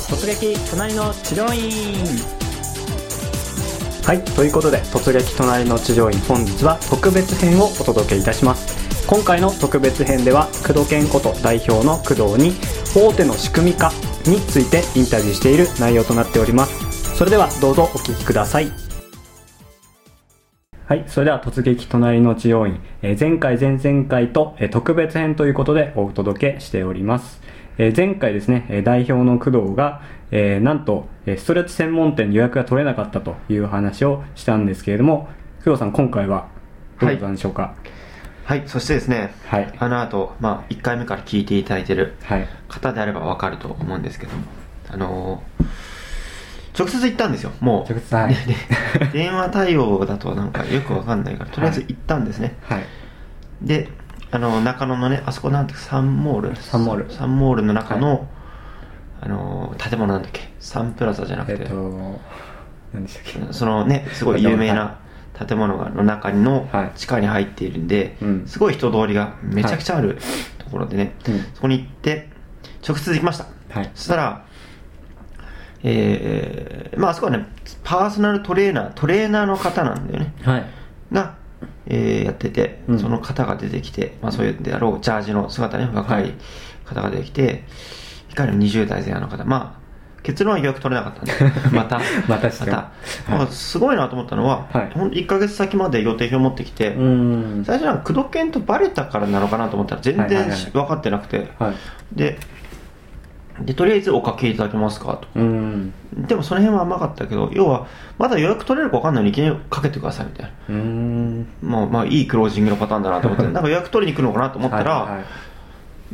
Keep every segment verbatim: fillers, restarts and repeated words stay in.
突撃隣の治療院。はい、ということで突撃隣の治療院、本日は特別編をお届けいたします。今回の特別編では工藤健こと代表の工藤に大手の仕組み化についてインタビューしている内容となっております。それではどうぞお聞きください。はい、それでは突撃隣の治療院、えー、前回前々回と、えー、特別編ということでお届けしております。えー、前回ですね、えー、代表の工藤が、えー、なんと、えー、ストレッチ専門店に予約が取れなかったという話をしたんですけれども、工藤さん今回はどうだったんでしょうか。 はい、はい、そしてですね、はい、あの後、まあ、いっかいめから聞いていただいている方であれば分かると思うんですけども、あのー直接行ったんですよ。もう直接、はい、電話対応だとなんかよくわかんないからとりあえず行ったんですね、はい、で、あの中野のね、あそこなんてサンモールサンモールサンモールの中の、はい、あの建物なんだっけ、サンプラザじゃなくて、えっと何でしたっけ、そのねすごい有名な建物の中の地下に入っているんで、はい、すごい人通りがめちゃくちゃあるところでね、はい、そこに行って直接行きました、はい、そしたらえー、まああそこはねパーソナルトレーナートレーナーの方なんだよね、はい、が、えー、やってて、うん、その方が出てきて、まあ、そういうであろうジャージの姿ね、若い方が出てきて、いかにもにじゅう代前半の方、まあ結論は予約取れなかったんでまたまた、またすごいなと思ったのは、はい、ほんいっかげつ先まで予定表持ってきて、うん最初は工藤健とバレたからなのかなと思ったら全然分かってなくて、はい、ででとりあえずおかけいただけますかと。うんでもその辺は甘かったけど、要はまだ予約取れるか分かんないのにいきなりかけてくださいみたいな、うんまあ、まあいいクロージングのパターンだなと思ってなんか予約取りに来るのかなと思ったらはい、はい、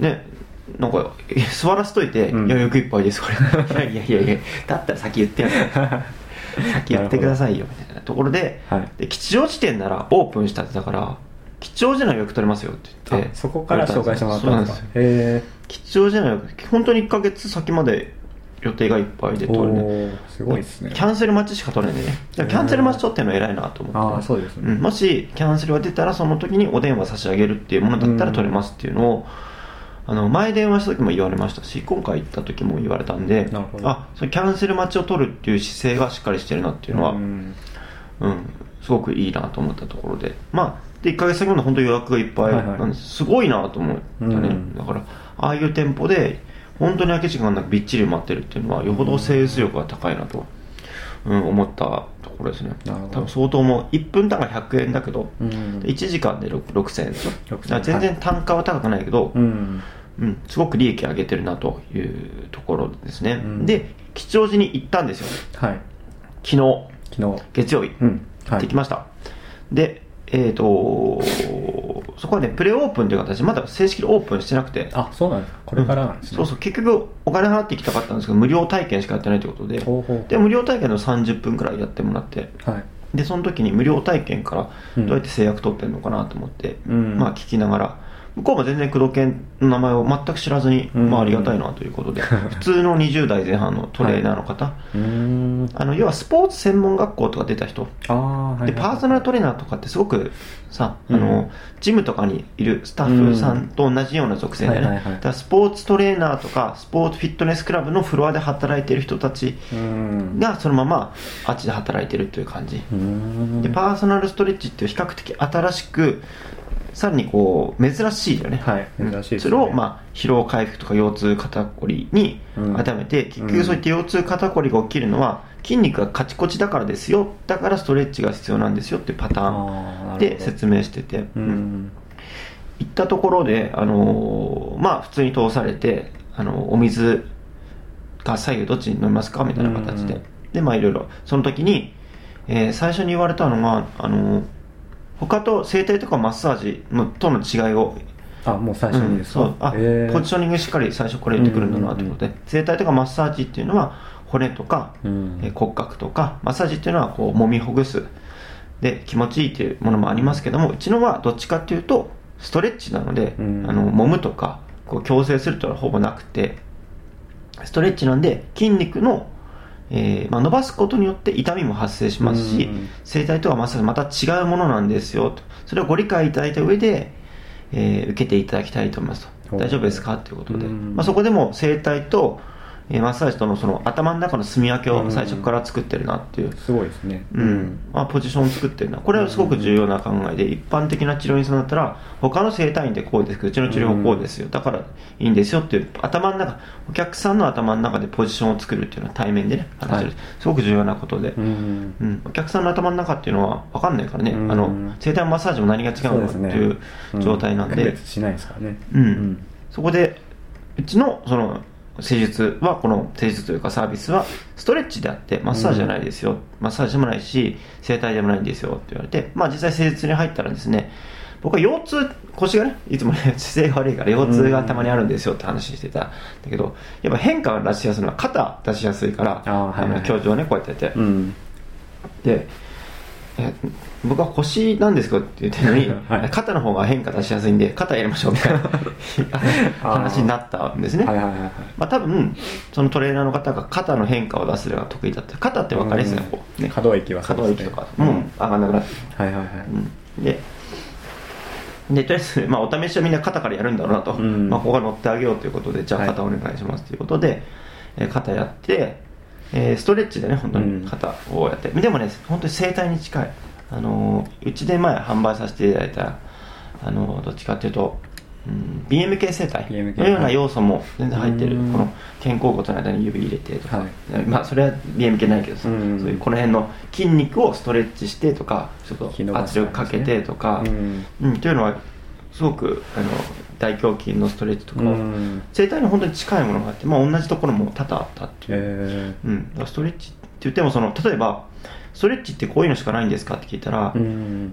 ね、なんか座らせといて、うん、いや予約いっぱいですこれいやいやいやだったら先言ってよ先言ってくださいよみたいなところで、はい、で吉祥寺店ならオープンしたってだから吉祥寺の予約取れますよって言って、 そこから紹介してもらったんですか。へー、 吉祥寺の予約本当にいっかげつ先まで予定がいっぱいで取れね、 すごいですね。 キャンセル待ちしか取れないんでね、キャンセル待ち取ってるの偉いなと思って、 あそうですね、 うん、もしキャンセルが出たらその時にお電話差し上げるっていうものだったら取れますっていうのを、あの前電話した時も言われましたし、今回行った時も言われたんで、あそのキャンセル待ちを取るっていう姿勢がしっかりしてるなっていうのは、うん、うん、すごくいいなと思ったところで、まあでいっかげつ先まで本当に予約がいっぱいなんです、はいはい、すごいなと思ったね、うん、だからああいう店舗で本当に空き時間なくびっちり埋まってるっていうのはよほどセールス力が高いなと、うん、思ったところですね。多分相当もういっぷん単価ひゃくえんだけど、うん、いちじかんでろくせんえんでしょ、だから全然単価は高くないけど、はい、うんうん、すごく利益上げてるなというところですね、うん、で吉祥寺に行ったんですよ、はい、昨日昨日月曜日、うん、はい、行ってきました。でえーとそこはねプレオープンという形でまだ正式にオープンしてなくて、 あそうなんですか、これからなんですね、 うん、そうそう、結局お金払って行きたかったんですけど無料体験しかやってないということで、ほうほうほう、で無料体験のさんじゅっぷんくらいやってもらって、はい、でその時に無料体験からどうやって制約取ってるのかなと思って、うん、まあ聞きながら、向こうも全然工藤健の名前を全く知らずに、うん、まあありがたいなということで普通のにじゅう代前半のトレーナーの方、はい、うーんあの要はスポーツ専門学校とか出た人、あ、はいはい、でパーソナルトレーナーとかってすごくさ、うん、あのジムとかにいるスタッフさんと同じような属性でね、はいはいはい、だからスポーツトレーナーとかスポーツフィットネスクラブのフロアで働いてる人たちがそのままあっちで働いてるという感じ、うーんでパーソナルストレッチっていう比較的新しくさらにこう珍しいよね、はい、珍しいですね。それを、まあ、疲労回復とか腰痛肩こりに当てはめて、うん、結局そういった腰痛肩こりが起きるのは筋肉がカチコチだからですよ、だからストレッチが必要なんですよっていうパターンで説明してて、うんうん、行ったところで、あのー、まあ普通に通されて、あのー、お水が左右どっちに飲みますかみたいな形で、うん、でまあいろいろその時に、えー、最初に言われたのが、あのー他と整体とかマッサージのとの違いを、 あもう最初にですか、 うん、そうあポジショニングしっかり最初これ言ってくるんだなということで、うんうんうん、整体とかマッサージっていうのは骨とか、うん、え骨格とか、マッサージっていうのはこう揉みほぐすで気持ちいいっていうものもありますけども、うちのはどっちかっていうとストレッチなので、うん、あの揉むとかこう矯正するというのはほぼなくて、ストレッチなんで筋肉のえーまあ、伸ばすことによって痛みも発生しますし、整体とはまさにまた違うものなんですよと、それをご理解いただいた上で、えー、受けていただきたいと思いますと。大丈夫ですかということで、まあ、そこでも整体と、 えー、マッサージとのその頭の中の住み分けを最初から作ってるなっていう、うん、 すごいですね、 うんまあ、ポジションを作ってるな、これはすごく重要な考えで、一般的な治療院さんだったら他の整体院でこうですけどうちの治療法こうですよ、だからいいんですよっていう頭の中、お客さんの頭の中でポジションを作るっていうのは対面でね話してる、はい、すごく重要なことで、うんうん、お客さんの頭の中っていうのは分かんないからね、あの整体もマッサージも何が違うのかっていう状態なんで、 区別しないですからね、 うんうん、そこでうちのその施術は、この施術というかサービスはストレッチであってマッサージじゃないですよ、うん、マッサージでもないし整体でもないんですよって言われて、まあ実際施術に入ったらですね、僕は腰痛、腰がねいつもね姿勢が悪いから腰痛がたまにあるんですよって話してたんだけど、やっぱ変化を出しやすいのは肩出しやすいから、あ、はいはい、胸上ねこうやってやって、うん、でえ僕は腰なんですかって言ってるのに、はい、肩の方が変化出しやすいんで肩やりましょうみたいな話になったんですね。はいはいはいはい、まあ、多分そのトレーナーの方が肩の変化を出すのが得意だった。肩って分かりやすい、こう、ね、 可動域はそうですね、可動域とかも、うん、上がんなくなって、はいはいはい、うん、ででとりあえず、まあ、お試しはみんな肩からやるんだろうなと、うん、まあ、ここが乗ってあげようということで、じゃあ肩お願いしますということで、はい、えー、肩やって、えー、ストレッチでね本当に肩をやって、うん、でもね本当に整体に近い、あのうちで前販売させていただいた、あのどっちかっていうと、うん、ビーエムケー 整体のような要素も全然入ってる、この肩甲骨の間に指入れてとか、はい、まあそれは ビーエムケー ないけどさ、そういうこの辺の筋肉をストレッチしてとか、ちょっと圧力かけてとか、うんうん、というのはすごくあの大胸筋のストレッチとか整体に本当に近いものがあって、まあ、同じところも多々あったっていう、うん、だからストレッチって言ってもその例えばストレッチってこういうのしかないんですかって聞いたら、うん、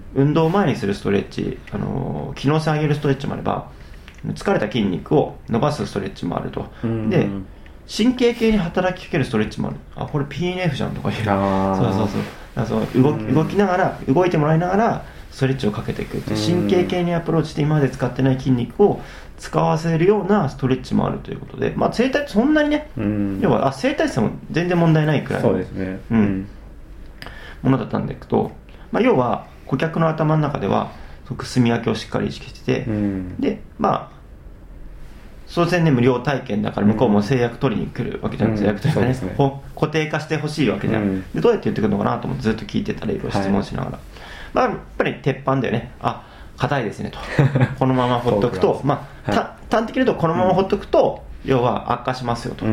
運動前にするストレッチ、あの機能性上げるストレッチもあれば疲れた筋肉を伸ばすストレッチもあると、うん、で神経系に働きかけるストレッチもある、あこれ ピーエヌエフ じゃんとかいう、そうそうそう、だからそう動き、動きながら動いてもらいながらストレッチをかけていく、神経系にアプローチして今まで使ってない筋肉を使わせるようなストレッチもあるということで、まあ、整体ってそんなにね、要はあ整体師も全然問題ないくらいの、そうですね、うん、ものだったんだけど、まあ、要は顧客の頭の中ではすごく住み分けをしっかり意識してて、うん、でまあ当然ね無料体験だから向こうも制約取りに来るわけじゃないですか、うん、制約というか ね, ね固定化してほしいわけじゃん、うん、でどうやって言ってくるのかなと思ってずっと聞いてたらいろいろ質問しながら、はい、まあ、やっぱり鉄板だよね、あ硬いですねとこのままほっとくとまあ、はい、端的に言うとこのままほっとくと、うん、要は悪化しますよと、うん、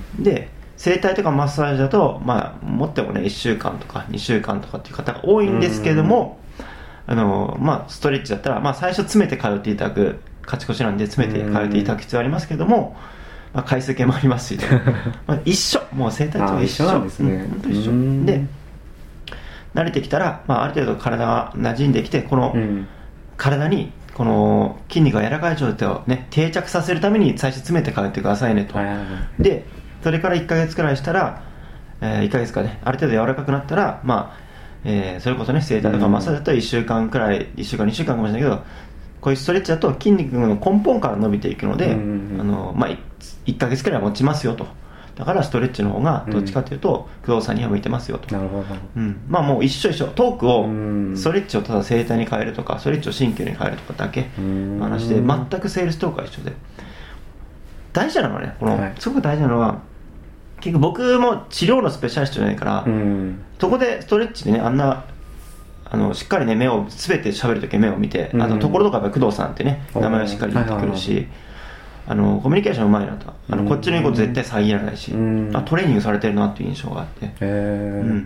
で整体とかマッサージだとまあ持ってもねいっしゅうかんとかにしゅうかんとかっていう方が多いんですけれども、うん、あのまあストレッチだったら、まあ、最初詰めて通っていただく、勝ち越しなんで詰めて通っていただく必要はありますけども、まあ、回数券もありますし、まあ一緒、もう整体と一緒なんですね、うん、本当一緒で慣れてきたら、まあ、ある程度体が馴染んできて、この体にこの筋肉が柔らかい状態を、ね、定着させるために最初詰めて通ってくださいねと、でそれからいっかげつくらいしたら、えー、いっかげつかね、ある程度柔らかくなったら、まあえー、それこそね整体とかマッサージだといっしゅうかんくらい、いっしゅうかんにしゅうかんかもしれないけど、こういうストレッチだと筋肉の根本から伸びていくので、あの、まあ、いっかげつくらい持ちますよと、だからストレッチの方がどっちかというと工藤さんには向いてますよと、なるほど、うん、まあもう一緒一緒、トークをストレッチをただ整体に変えるとかストレッチを神経に変えるとかだけ話で、全くセールストークは一緒で、大事なのはね、この、はい、すごく大事なのは結局僕も治療のスペシャリストじゃないから、そこでストレッチでねあんなあのしっかりね目を全て喋るときは目を見て、あとところどころやっぱ工藤さんってね名前をしっかり言ってくるし、あのコミュニケーションうまいなと、あのこっちの言うこと絶対遮らないし、あトレーニングされてるなっていう印象があって、うん、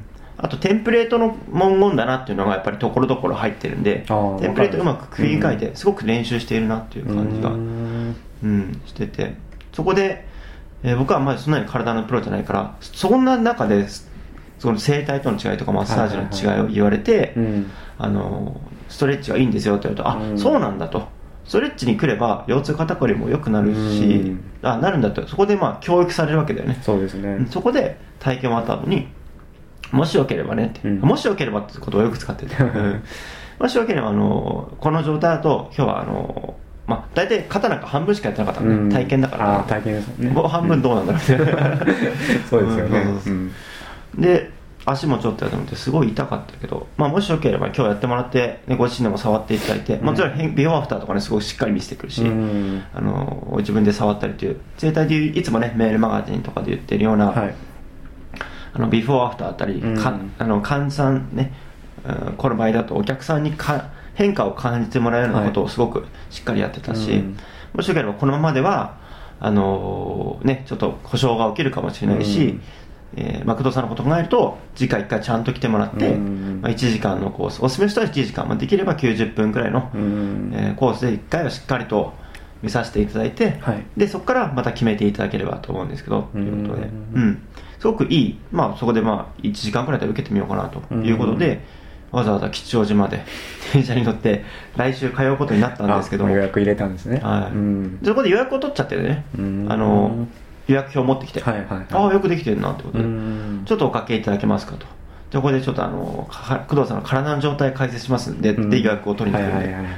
あとテンプレートの文言だなっていうのがやっぱりところどころ入ってるんで、テンプレートうまく繰り返してすごく練習しているなっていう感じが、うん、うん、してて、そこで、えー、僕はまあそんなに体のプロじゃないから、そんな中でその整体との違いとかマッサージの違いを言われて、あのストレッチがいいんですよって言われると、あ、うん、そうなんだと、ストレッチに来れば腰痛肩こりも良くなるし、うん、あなるんだと、そこでまあ教育されるわけだよね。そうですね。そこで体験終わった後にもしよければねって、うん、もしよければってことをよく使っててもしよければあのこの状態だと今日はあのまあ、大体肩なんか半分しかやってなかったのね、うん、体験だから、 あ体験ですもんね、 もう半分どうなんだろうみたいなそうですよね、 うん、で足もちょっとやってもらってすごい痛かったけど、まあ、もしよければ今日やってもらって、ね、ご自身でも触っていただいて、うん、もちろんビフォーアフターとかねすごいしっかり見せてくるし、うん、あの自分で触ったりという整体でいういつもねメールマガジンとかで言ってるような、はい、あのビフォーアフターあたり、うん、かあの換算ね、うん、この場合だとお客さんにか変化を感じてもらえるようなことをすごくしっかりやってたし、はい、うん、もしよければこのままではあのー、ねちょっと故障が起きるかもしれないし、うん、えーまあ、工藤さんのことを考えると次回いっかいちゃんと来てもらって、うん、まあ、いちじかんのコースおすすめの人はいちじかん、まあ、できればきゅうじゅっぷんくらいの、うん、えー、コースでいっかいはしっかりと見させていただいて、はい、でそこからまた決めていただければと思うんですけど、ということで、うん、すごくいい、まあ、そこでまあいちじかんくらいで受けてみようかなということで、うん、わざわざ吉祥寺まで電車に乗って来週通うことになったんですけど、 予約入れたんですね、はい、うん、 そこで予約を取っちゃってね、うん、あの予約表を持ってきて、はいはいはい、ああよくできてるなってことで、ちょっとおかけいただけますかと、でここでちょっとあの工藤さんの体の状態解説しますんで、うん、で予約を取りに来るんで、はいはいはい、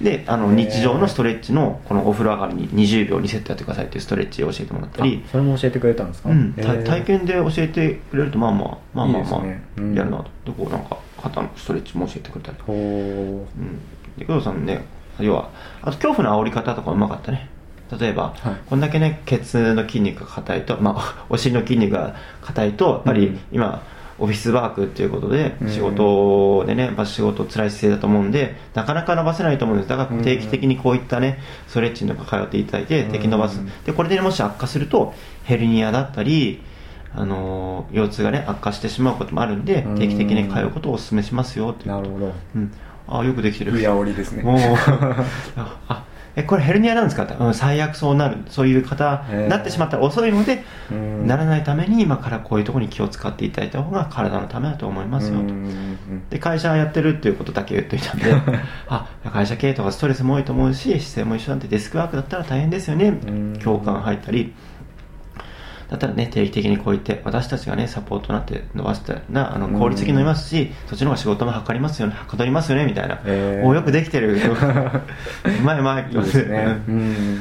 であの日常のストレッチのこのお風呂上がりににじゅうびょうにセットやってくださいっていうストレッチを教えてもらったり、 それも教えてくれたんですか、 うん、体験で教えてくれるとまあまあまあまあまあ、ね、うん、やるなと、でこうなんか肩のストレッチも教えてくれたりとか、うん、で工藤さんね、要はあと恐怖の煽り方とかうまかったね。例えば、はい、こんだけねケツの筋肉が硬いと、まあ、お尻の筋肉が硬いとやっぱり今、うん、オフィスワークっていうことで仕事でね、やっぱ仕事辛い姿勢だと思うんでなかなか伸ばせないと思うんです。だから定期的にこういったねストレッチとか通っていただいて定期伸ばす、うん、でこれでもし悪化するとヘルニアだったりあのー、腰痛がね悪化してしまうこともあるんで定期的に通うことをお勧めしますよっていうこと。なるほど、うん、あよくできてる。 いやおりですね。 あえこれヘルニアなんですかって、うん、最悪そうなる、そういう方になってしまったら遅いので、ならないために今からこういうところに気を使っていただいた方が体のためだと思いますよと。で会社やってるっていうことだけ言っといたんであ会社経営とかストレスも多いと思うし姿勢も一緒なんでデスクワークだったら大変ですよね、共感入ったりだったらね定期的にこう言って私たちがねサポートになって伸ばしたらあの効率的に伸びますし、そっちの方が仕事もはかりますよね、はかどりますよねみたいな、えー、およくできてるうまいうまいですね、うん、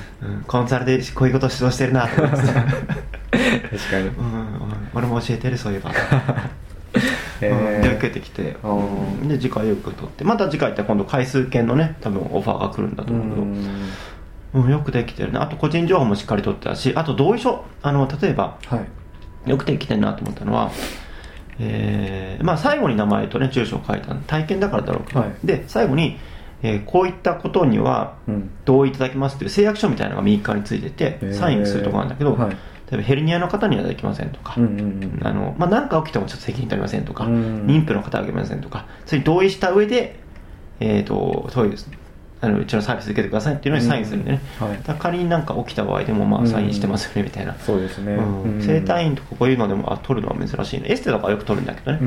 うん、コンサルでこういうことを指導してるなと思って確かに、うん、俺も教えてるそういえばえーうん、で受けてきて、うん、で次回よく取ってまた次回って今度回数券のね多分オファーが来るんだと思うけど、うん、よくできてるね。あと個人情報もしっかり取ってたし、あと同意書、あの例えば、はい、よくできてるなと思ったのは、えーまあ、最後に名前と、ね、住所を書いた体験だからだろうけど、はい、で最後に、えー、こういったことには同意いただきますという誓約書みたいなのが右側についてて、うん、サインするところなんだけど、はい、例えばヘルニアの方にはできませんとか、うんうんうんあのまあ、何か起きてもちょっと責任取りませんとか、うん、妊婦の方はあげませんとか、それに同意した上で、えー、とそういうですねあのうちのサービス受けてくださいっていうのにサインするんでね、うんはい、だ仮に何か起きた場合でもまあサインしてますよねみたいな、うん、 そうですね、 うん、整体院とかこういうのでもあ取るのは珍しいね。エステとかはよく取るんだけどね、うん、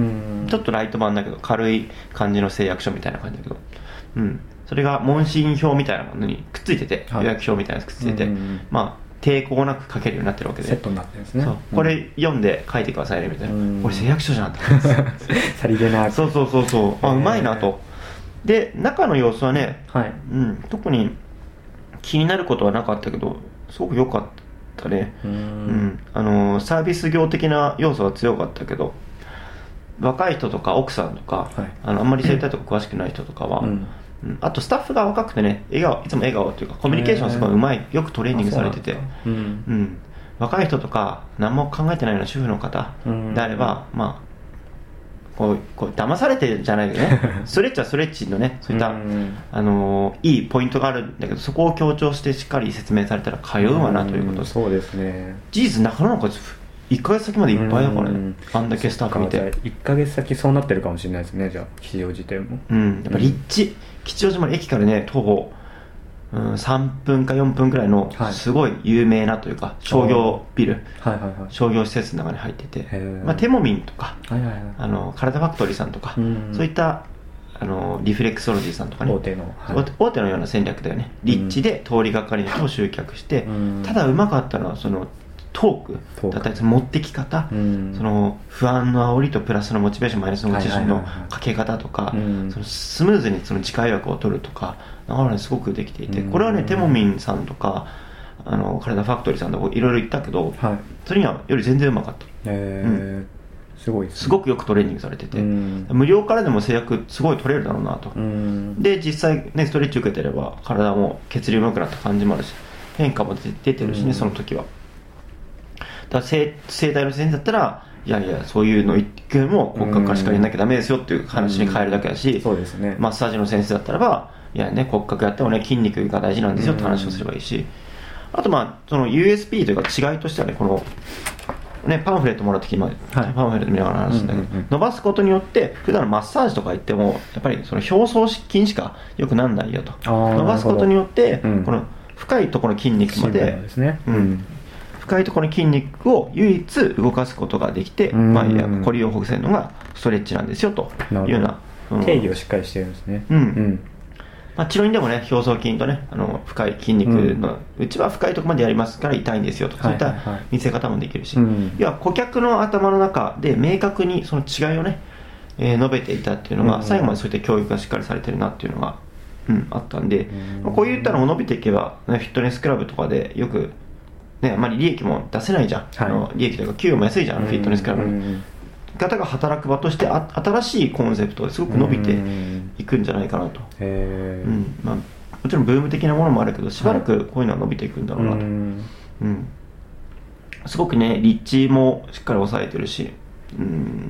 ちょっとライト版だけど軽い感じの誓約書みたいな感じだけど、うん、それが問診票みたいなものにくっついてて、はい、予約表みたいなのくっついてて、うん、まあ抵抗なく書けるようになってるわけでセットになってるんですね。 そうこれ読んで書いてくださいねみたいな、うん、これ誓約書じゃんってさりげなくそうそうそうそうあうまいなと。で中の様子はね、はいうん、特に気になることはなかったけどすごく良かったね。うん、うん、あのサービス業的な要素は強かったけど若い人とか奥さんとか、はい、あのあんまり整体とか詳しくない人とかは、うんうん、あとスタッフが若くてね笑顔いつも笑顔というかコミュニケーションすごいうまいよくトレーニングされてて、うんうん、若い人とか何も考えてないような主婦の方であれば、うん、まあこうこう騙されてるじゃないけどねストレッチはストレッチのねそういった、うんあのー、いいポイントがあるんだけどそこを強調してしっかり説明されたら通うわなということです。 そうですね。 事実なかなかいっかげつ先までいっぱいだからね、あんだけスタッフ見ていっかげつ先そうなってるかもしれないですね。じゃあ吉祥寺店も、 うん、やっぱ立地吉祥寺まで駅からね徒歩うん、さんぷんかよんぷんくらいのすごい有名なというか、はい、商業ビル、はいはいはい、商業施設の中に入ってて、まあ、テモミンとか、はいはいはい、あの体ファクトリーさんとか、うん、そういったあのリフレクソロジーさんとかね大手の、 はい、大手のような戦略だよね。立地で通りがかりの人を集客して、うん、ただうまかったのはそのトークだったり持ってき方、うん、その不安の煽りとプラスのモチベーションマイナスのモチベーションのかけ方とか、そのスムーズにその次回予約を取るとかだから、ね、すごくできていて、うん、これはねテモミンさんとかあの体ファクトリーさんとかいろいろ言ったけど、はい、それにはより全然うまかった。へー、うんすごいですね、 すごくよくトレーニングされてて、無料からでも制約すごい取れるだろうなと。で実際ねストレッチ受けてれば体も血流も良くなった感じもあるし、変化も出てるしね、その時は。だから整体の先生だったら、いやいやそういうの言ってよりも骨格からしっかりやんなきゃダメですよっていう話に変えるだけだし、 そうですね、 マッサージの先生だったらば、いやね骨格やってもね筋肉が大事なんですよって話をすればいいし、あとまあその ユーエスピー というか違いとしてはね、このね、パンフレットもらってきて今、はい、パンフレット見ながら話すんだけど、うんうんうん、伸ばすことによって普段のマッサージとか行ってもやっぱりその表層筋しかよくなんないよと。伸ばすことによって、うん、この深いところの筋肉まで、 ですね、うん、 深いところの筋肉を唯一動かすことができて、うん、まあ、こりをほぐせるのがストレッチなんですよというような、 うん、定義をしっかりしてるんですね。 うん、うんまあ、治療院でもね表層筋とねあの深い筋肉の、うん、うちは深いところまでやりますから痛いんですよとか、そういった見せ方もできるし、はいはいはい、要は顧客の頭の中で明確にその違いをね、えー、述べていたっていうのが、うん、最後までそういった教育がしっかりされてるなっていうのが、うん、あったんで、うんまあ、こういったのを伸びていけば、ね、フィットネスクラブとかでよく、ね、あまり利益も出せないじゃん、はい、あの利益というか給与も安いじゃん、うん、フィットネスクラブの、うん方が働く場としてあ新しいコンセプトですごく伸びていくんじゃないかなと。へうんまあ、もちろんブーム的なものもあるけどしばらくこういうのは伸びていくんだろうなと、はいうんうん、すごくね立地もしっかり抑えてるし、うん、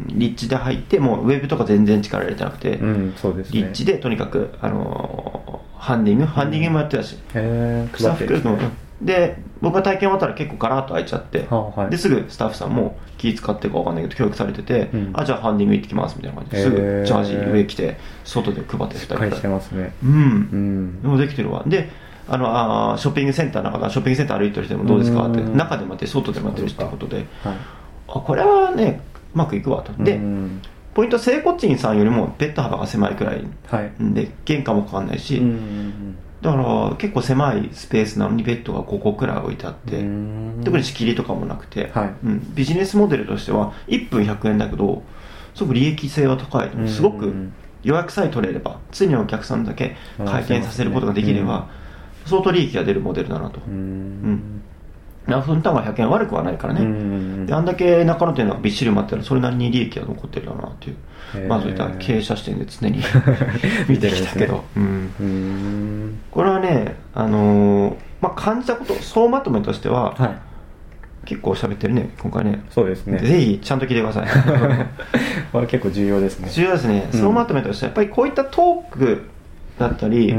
立地で入ってもうウェブとか全然力入れてなくて、うんそうですね、立地でとにかく、あのー、ハンディングハンディングもやってたし、うん、へスタッフ来るので僕が体験終わったら結構ガラッと開いちゃって、はあはい、ですぐスタッフさんも気使ってるか分かんないけど教育されてて、うん、あじゃあハンディング行ってきますみたいな感じですぐジャージ上着て外で配ってふたりぐらいしてますね。 うん、うん、でもできてるわ。であのあショッピングセンターの中ショッピングセンター歩いてる人でもどうですかって中で待って外で待ってるってことで、はい、あこれはねうまくいくわと。でポイントは整骨院さんよりもベッド幅が狭いくらい、はい、で玄関もかかんないし、うんだから結構狭いスペースなのにベッドがごこくらい置いてあって特に仕切りとかもなくて、はいうん、ビジネスモデルとしてはいっぷんひゃくえんだけどすごく利益性は高い。すごく予約さえ取れれば常にお客さんだけ回転させることができれば相当利益が出るモデルだなと。うん分単価ひゃくえん悪くはないからね。であんだけ中野店がびっしり埋まってるそれなりに利益が残ってるだなっていう、まあそういった経営者視点で常に見てきたけど、ねうん、うんこれはね、あのーまあ、感じたこと総まとめとしては、はい、結構喋ってるね今回ね。 そうですね。 ぜひちゃんと聞いてくださいこれ結構重要ですね。 重要ですね、うん、総まとめとしてはやっぱりこういったトークだったり、うん、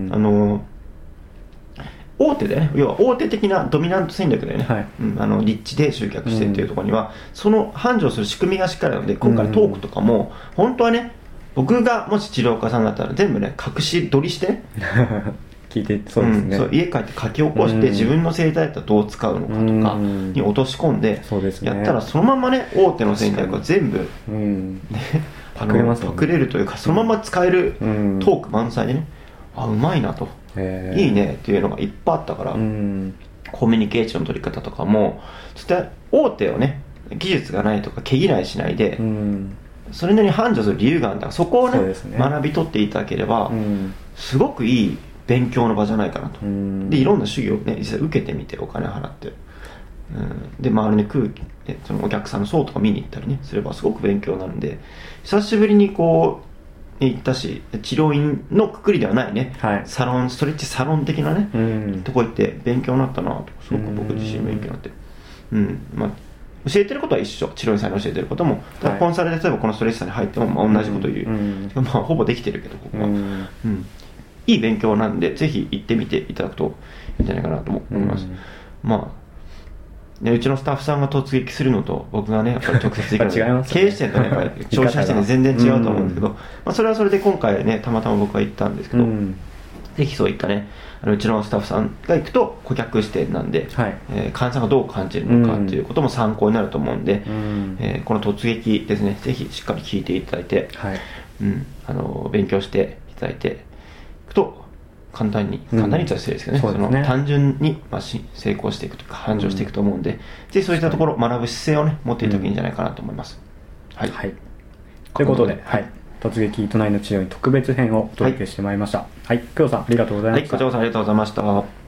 あのー大手でね、要は大手的なドミナント戦略でね、はいうん、あの立地で集客してっていうところには、うん、その繁盛する仕組みがしっかりなので今回トークとかも、うん、本当はね僕がもし治療家さんだったら全部ね隠し撮りしてね聞いてそうですね、うん、そう家帰って書き起こして、うん、自分の生態だったらどう使うのかとかに落とし込んでやったらそのままね大手の戦略が全部、ね、パクれますね、パクれるというかそのまま使えるトーク満載でね、あうまいなといいねっていうのがいっぱいあったから、うん、コミュニケーションの取り方とかもそして大手をね技術がないとか毛嫌いしないで、うん、それなりに繁盛する理由があるんだそこを ね, ね学び取っていただければ、うん、すごくいい勉強の場じゃないかなと、うん、でいろんな修行をね実際受けてみてお金払って、うん、で周りに空気でそのお客さんの層とか見に行ったりねすればすごく勉強になるんで久しぶりにこう行ったし治療院のくくりではないね、はい、サロンストレッチサロン的なね、うん、とこ行って勉強になったなとすごく僕自身勉強になって、うんまあ、教えてることは一緒治療院さんに教えてることも、はい、コンサルで例えばこのストレッチさんに入ってもまあ同じこと言う、うんまあ、ほぼできてるけどここは、うんうん、いい勉強なんでぜひ行ってみていただくといいんじゃないかなと思います、うん、まあね、うちのスタッフさんが突撃するのと僕がねやっぱり直接行くの、ね、経営視点とねやっぱり消費者視点で全然違うと思うんですけど、うんまあ、それはそれで今回ねたまたま僕は行ったんですけど、うん、ぜひそういったねあのうちのスタッフさんが行くと顧客視点なんで、はいえー、患者さんがどう感じるのかっていうことも参考になると思うんで、うんえー、この突撃ですねぜひしっかり聞いていただいて、はいうん、あの勉強していただいていくと簡単に簡単に言っちゃ失礼ですけどね、うん、その単純に、まあ、成功していくというか繁盛していくと思うんで、うん、ぜひそういったところ学ぶ姿勢をね持っていただけいいんじゃないかなと思います、うん、はい、はい、 ということで、はい、突撃隣の治療院特別編をお届けしてまいりました、はい、はい、工藤さんありがとうございました。 はい、こちらこそありがとうございました。